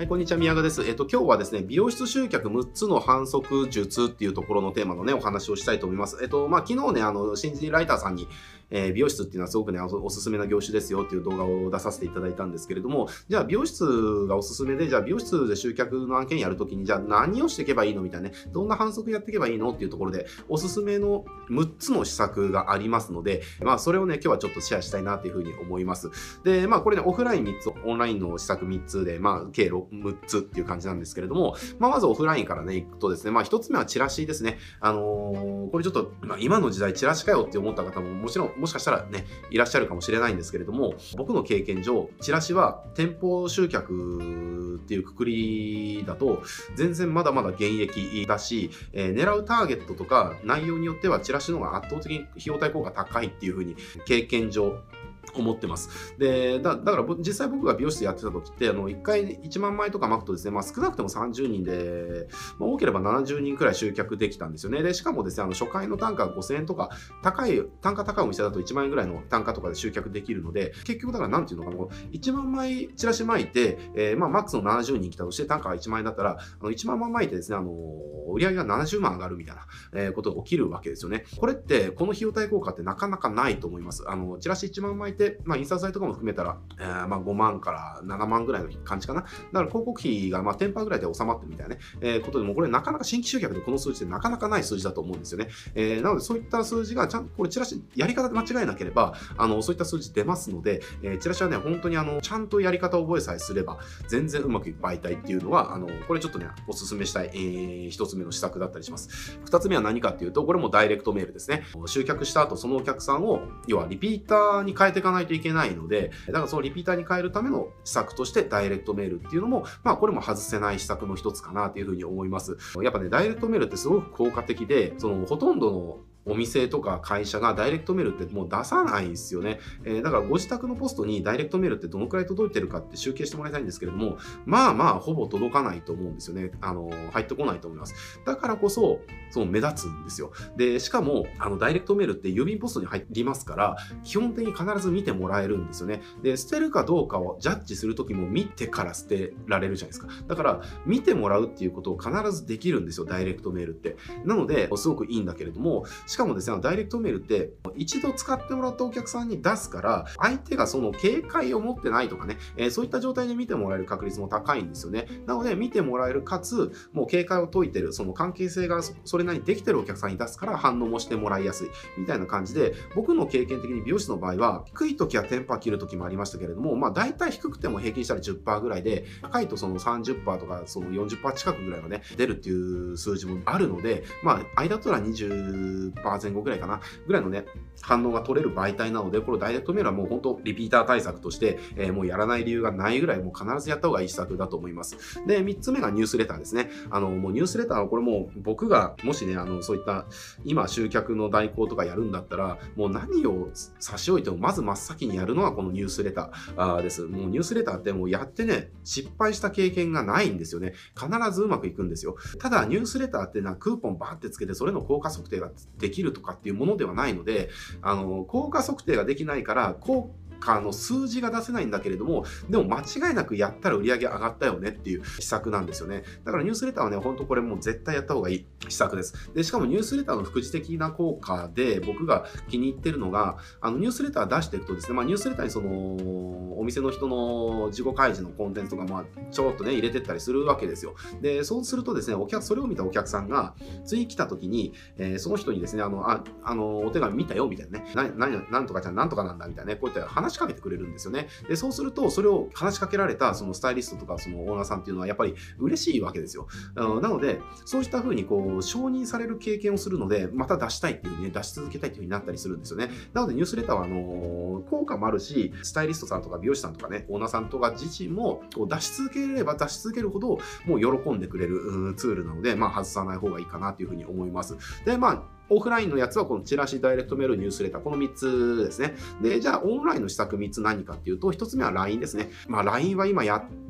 こんにちは、宮川です。今日はですね、美容室集客6つの反則術っていうところのテーマのね、お話をしたいと思います。昨日ね、新人ライターさんに、美容室っていうのはすごくね、おすすめな業種ですよっていう動画を出させていただいたんですけれども、じゃあ美容室がおすすめで、じゃあ美容室で集客の案件やるときに、じゃあ何をしていけばいいのみたいなね、どんな反則やっていけばいいのっていうところで、おすすめの6つの施策がありますので、それをね、今日はちょっとシェアしたいなというふうに思います。で、これね、オフライン3つ、オンラインの施策3つで、計6つっていう感じなんですけれども、まずオフラインからね、行くとですね、1つ目はチラシですね。これちょっと、今の時代チラシかよって思った方ももしかしたらね、いらっしゃるかもしれないんですけれども、僕の経験上、チラシは店舗集客っていうくくりだと、全然まだまだ現役だし、狙うターゲットとか内容によってはチラシの方が圧倒的に費用対効果高いっていうふうに経験上、思ってます。で、だから実際僕が美容室やってた時って、1回1万枚とか巻くとですね、少なくても30人で、多ければ70人くらい集客できたんですよね。で、しかもですね、初回の単価が5000円とか、単価高いお店だと1万円ぐらいの単価とかで集客できるので、結局だからなんていうのかな、1万枚チラシ巻いて、マックスの70人来たとして単価が1万円だったら、1万枚巻いてですね、売り上げが70万上がるみたいな、ことが起きるわけですよね。これって、この費用対効果ってなかなかないと思います。チラシ1万枚で、印刷代とかも含めたら、5万から7万ぐらいの感じかな。だから広告費が10%ぐらいで収まってるみたいなね、ことでも、これなかなか新規集客でこの数字ってなかなかない数字だと思うんですよね。なのでそういった数字がちゃんと、これチラシ、やり方で間違えなければ、そういった数字出ますので、チラシはね、本当にちゃんとやり方を覚えさえすれば、全然うまくいく媒体っていうのは、これちょっとね、お勧めしたい、一つ目の施策だったりします。二つ目は何かっていうと、これもダイレクトメールですね。集客した後、そのお客さんを、要はリピーターに変えていかないといけないので、だからそのリピーターに変えるための施策としてダイレクトメールっていうのも、これも外せない施策の一つかなというふうに思います。やっぱね、ダイレクトメールってすごく効果的で、ほとんどのお店とか会社がダイレクトメールってもう出さないんですよね。だからご自宅のポストにダイレクトメールってどのくらい届いてるかって集計してもらいたいんですけれども、ほぼ届かないと思うんですよね。入ってこないと思います。だからこそ、目立つんですよ。で、しかも、ダイレクトメールって郵便ポストに入りますから、基本的に必ず見てもらえるんですよね。で、捨てるかどうかをジャッジするときも見てから捨てられるじゃないですか。だから、見てもらうっていうことを必ずできるんですよ、ダイレクトメールって。なので、すごくいいんだけれども、しかもですね、ダイレクトメールって一度使ってもらったお客さんに出すから、相手がその警戒を持ってないとかね、そういった状態で見てもらえる確率も高いんですよね。なので、見てもらえるかつ、もう警戒を解いてる、その関係性がそれなりにできてるお客さんに出すから反応もしてもらいやすいみたいな感じで、僕の経験的に美容師の場合は、低い時はテンパー切る時もありましたけれども、大体低くても平均したら 10% ぐらいで、高いとその 30% とかその 40% 近くぐらいがね、出るっていう数字もあるので、間だったら 20% 前後ぐらいかな、ぐらいのね、反応が取れる媒体なので、これダイレクトメールはもう本当リピーター対策として、もうやらない理由がないぐらい、もう必ずやった方がいい施策だと思います。で、3つ目がニュースレターですね。もうニュースレターはこれもう僕がもしね、そういった今集客の代行とかやるんだったら、もう何を差し置いてもまず真っ先にやるのはこのニュースレターです。もうニュースレターってもうやってね、失敗した経験がないんですよね。必ずうまくいくんですよ。ただニュースレターってクーポンバーってつけてそれの効果測定ができるとかっていうものではないので、効果測定ができないから効果の数字が出せないんだけれども、でも間違いなくやったら売り上げ上がったよねっていう施策なんですよね。だからニュースレターはね、ほんとこれもう絶対やった方がいい施策です。で、しかもニュースレターの副次的な効果で僕が気に入ってるのが、ニュースレター出していくとですね、ニュースレターにその、お店の人の自己開示のコンテンツとかちょろっとね、入れてったりするわけですよ。で、そうするとですね、それを見たお客さんが次来た時に、その人にですね、お手紙見たよみたいなね、なんとかちゃんなんとかなんだみたいなね、こうやって話しかけてくれるんですよね。で、そうすると、それを話しかけられたそのスタイリストとかそのオーナーさんっていうのはやっぱり嬉しいわけですよ。なので、そうした風に承認される経験をするので、また出したいっていう風にね、出し続けたいっていう風になったりするんですよね。なので、ニュースレターは効果もあるし、スタイリストさんとか美容師さんとかね、オーナーさんとか自身も出し続ければ出し続けるほど、もう喜んでくれるツールなので、外さない方がいいかなという風に思います。で、オフラインのやつはこのチラシ、ダイレクトメール、ニュースレター、この3つですね。で、じゃあオンラインの施策3つ何かっていうと、1つ目は LINE ですね。LINE は今やっ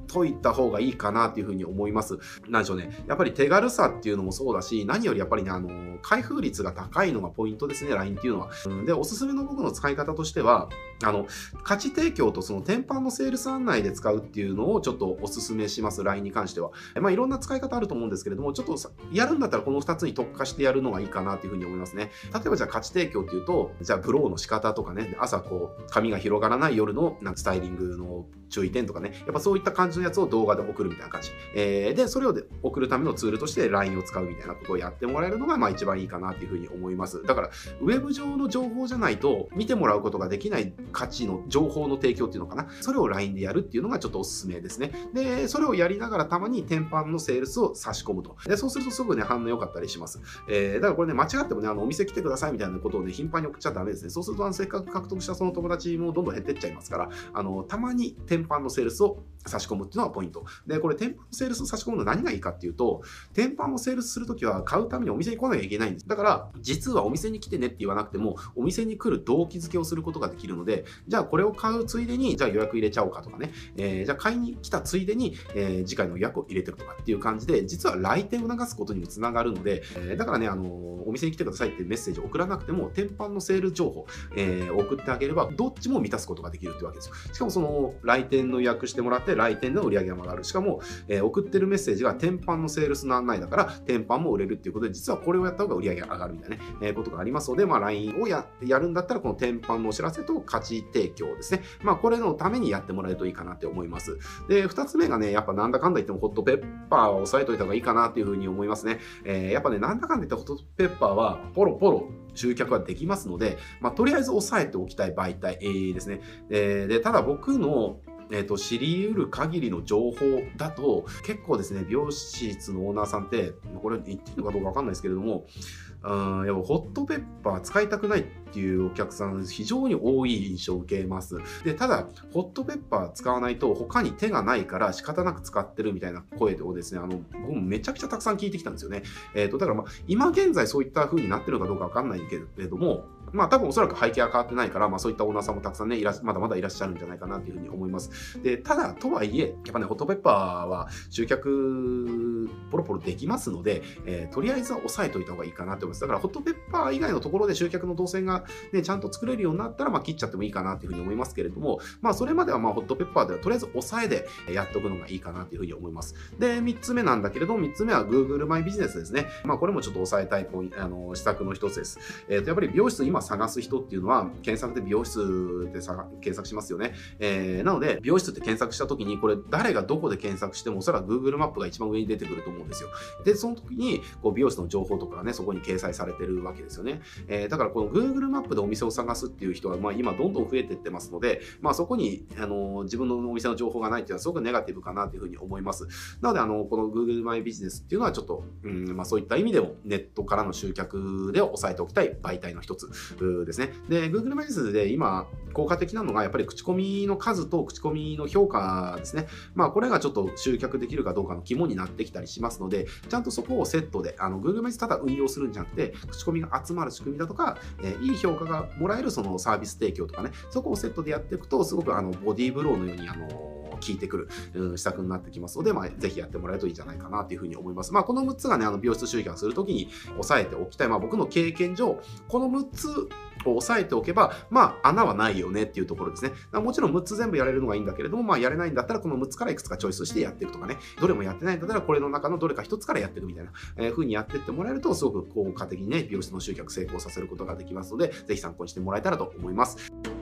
といた方がいいかなっていうふうに思います。なんでしょうね。やっぱり手軽さっていうのもそうだし、何よりやっぱりね、開封率が高いのがポイントですね、LINE っていうのは。で、おすすめの僕の使い方としては、価値提供とその天板のセールス案内で使うっていうのをちょっとおすすめします、LINE に関しては。いろんな使い方あると思うんですけれども、ちょっとやるんだったらこの2つに特化してやるのがいいかなっていうふうに思いますね。例えばじゃあ価値提供っていうと、じゃあブローの仕方とかね、朝髪が広がらない夜のスタイリングの注意点とかね、やっぱそういった感じのやつを動画で送るみたいな感じ。で、それを送るためのツールとして LINE を使うみたいなことをやってもらえるのが一番いいかなっていうふうに思います。だから、ウェブ上の情報じゃないと見てもらうことができない価値の情報の提供っていうのかな。それを LINE でやるっていうのがちょっとおすすめですね。で、それをやりながらたまに天板のセールスを差し込むと。で、そうするとすぐね、反応良かったりします。だからこれね、間違ってもね、お店来てくださいみたいなことをね、頻繁に送っちゃダメですね。そうすると、せっかく獲得したその友達もどんどん減ってっちゃいますから、たまに天板のセールスを差し込むっていうのがポイント。で、これ天板のセールスを差し込むの何がいいかっていうと、天板をセールスするときは買うためにお店に来なきゃいけないんです。だから、実はお店に来てねって言わなくても、お店に来る動機づけをすることができるので、じゃあこれを買うついでに、じゃあ予約入れちゃおうかとかね、じゃあ買いに来たついでに、次回の予約を入れてるとかっていう感じで、実は来店を促すことにもつながるので、だからね、お店に来てくださいっていうメッセージを送らなくても、天板のセール情報、送ってあげれば、どっちも満たすことができるってわけですよ。しかもその来店の予約してもらって、来店の売り上げが上がる。しかも、送ってるメッセージが天板のセールスの案内だから、天板も売れるっていうことで、実はこれをやった方が売り上げが上がるみたいなね、ことがありますので、LINE をやるんだったら、この天板のお知らせと価値提供ですね。これのためにやってもらえるといいかなって思います。で、2つ目がね、やっぱなんだかんだ言ってもホットペッパーを押さえといた方がいいかなっていうふうに思いますね。やっぱね、なんだかんだ言ってホットペッパーはポロポロ集客はできますので、とりあえず押さえておきたい媒体ですね。で、ただ僕の知り得る限りの情報だと、結構ですね、美容室のオーナーさんって、これ言っていいのかどうかわかんないですけれども、やっぱホットペッパー使いたくないっていうお客さん非常に多い印象を受けます。で、ただ、ホットペッパー使わないと他に手がないから仕方なく使ってるみたいな声をですね、僕もめちゃくちゃたくさん聞いてきたんですよね。だから今現在そういった風になってるのかどうかわかんないけれども、多分おそらく背景は変わってないから、そういったオーナーさんもたくさんね、まだまだいらっしゃるんじゃないかなというふうに思います。で、ただ、とはいえ、やっぱね、ホットペッパーは集客、ポロポロできますので、とりあえずは押さえといた方がいいかなと思います。だから、ホットペッパー以外のところで集客の動線がね、ちゃんと作れるようになったら、切っちゃってもいいかなというふうに思いますけれども、それまではホットペッパーではとりあえず押さえでやっておくのがいいかなというふうに思います。で、3つ目なんだけれども、3つ目は Google マイビジネスですね。これもちょっと押さえたい施策の一つです。やっぱり美容室今探す人っていうのは、検索で美容室で検索しますよね。なので、美容室って検索したときに、これ誰がどこで検索しても、おそらく Google マップが一番上に出てくると思うんですよ。で、その時に、美容室の情報とかがね、そこに掲載されてるわけですよね。だから、この Google マップでお店を探すっていう人は、今どんどん増えていってますので、そこに、自分のお店の情報がないっていうのはすごくネガティブかなというふうに思います。なので、この Google マイビジネスっていうのはちょっと、そういった意味でもネットからの集客で押さえておきたい媒体の一つですね。で、Google マイビジネスで今、効果的なのが、やっぱり口コミの数と口コミの評価ですね。これがちょっと集客できるかどうかの肝になってきたりしますので、ちゃんとそこをセットで、Google マイビジネスただ運用するんじゃなくて、口コミが集まる仕組みだとか、いい評価がもらえるそのサービス提供とかね、そこをセットでやっていくと、すごくボディーブローのように、効いてくる施策になってきますので、ぜひやってもらえるといいんじゃないかなというふうに思います。この6つがね、美容室集客するときに押さえておきたい。僕の経験上、この6つを押さえておけば、穴はないよねっていうところですね。もちろん6つ全部やれるのがいいんだけれども、やれないんだったら、この6つからいくつかチョイスしてやっていくとかね、どれもやってないんだったら、これの中のどれか1つからやっていくみたいな風にやっていってもらえると、すごく効果的にね、美容室の集客成功させることができますので、ぜひ参考にしてもらえたらと思います。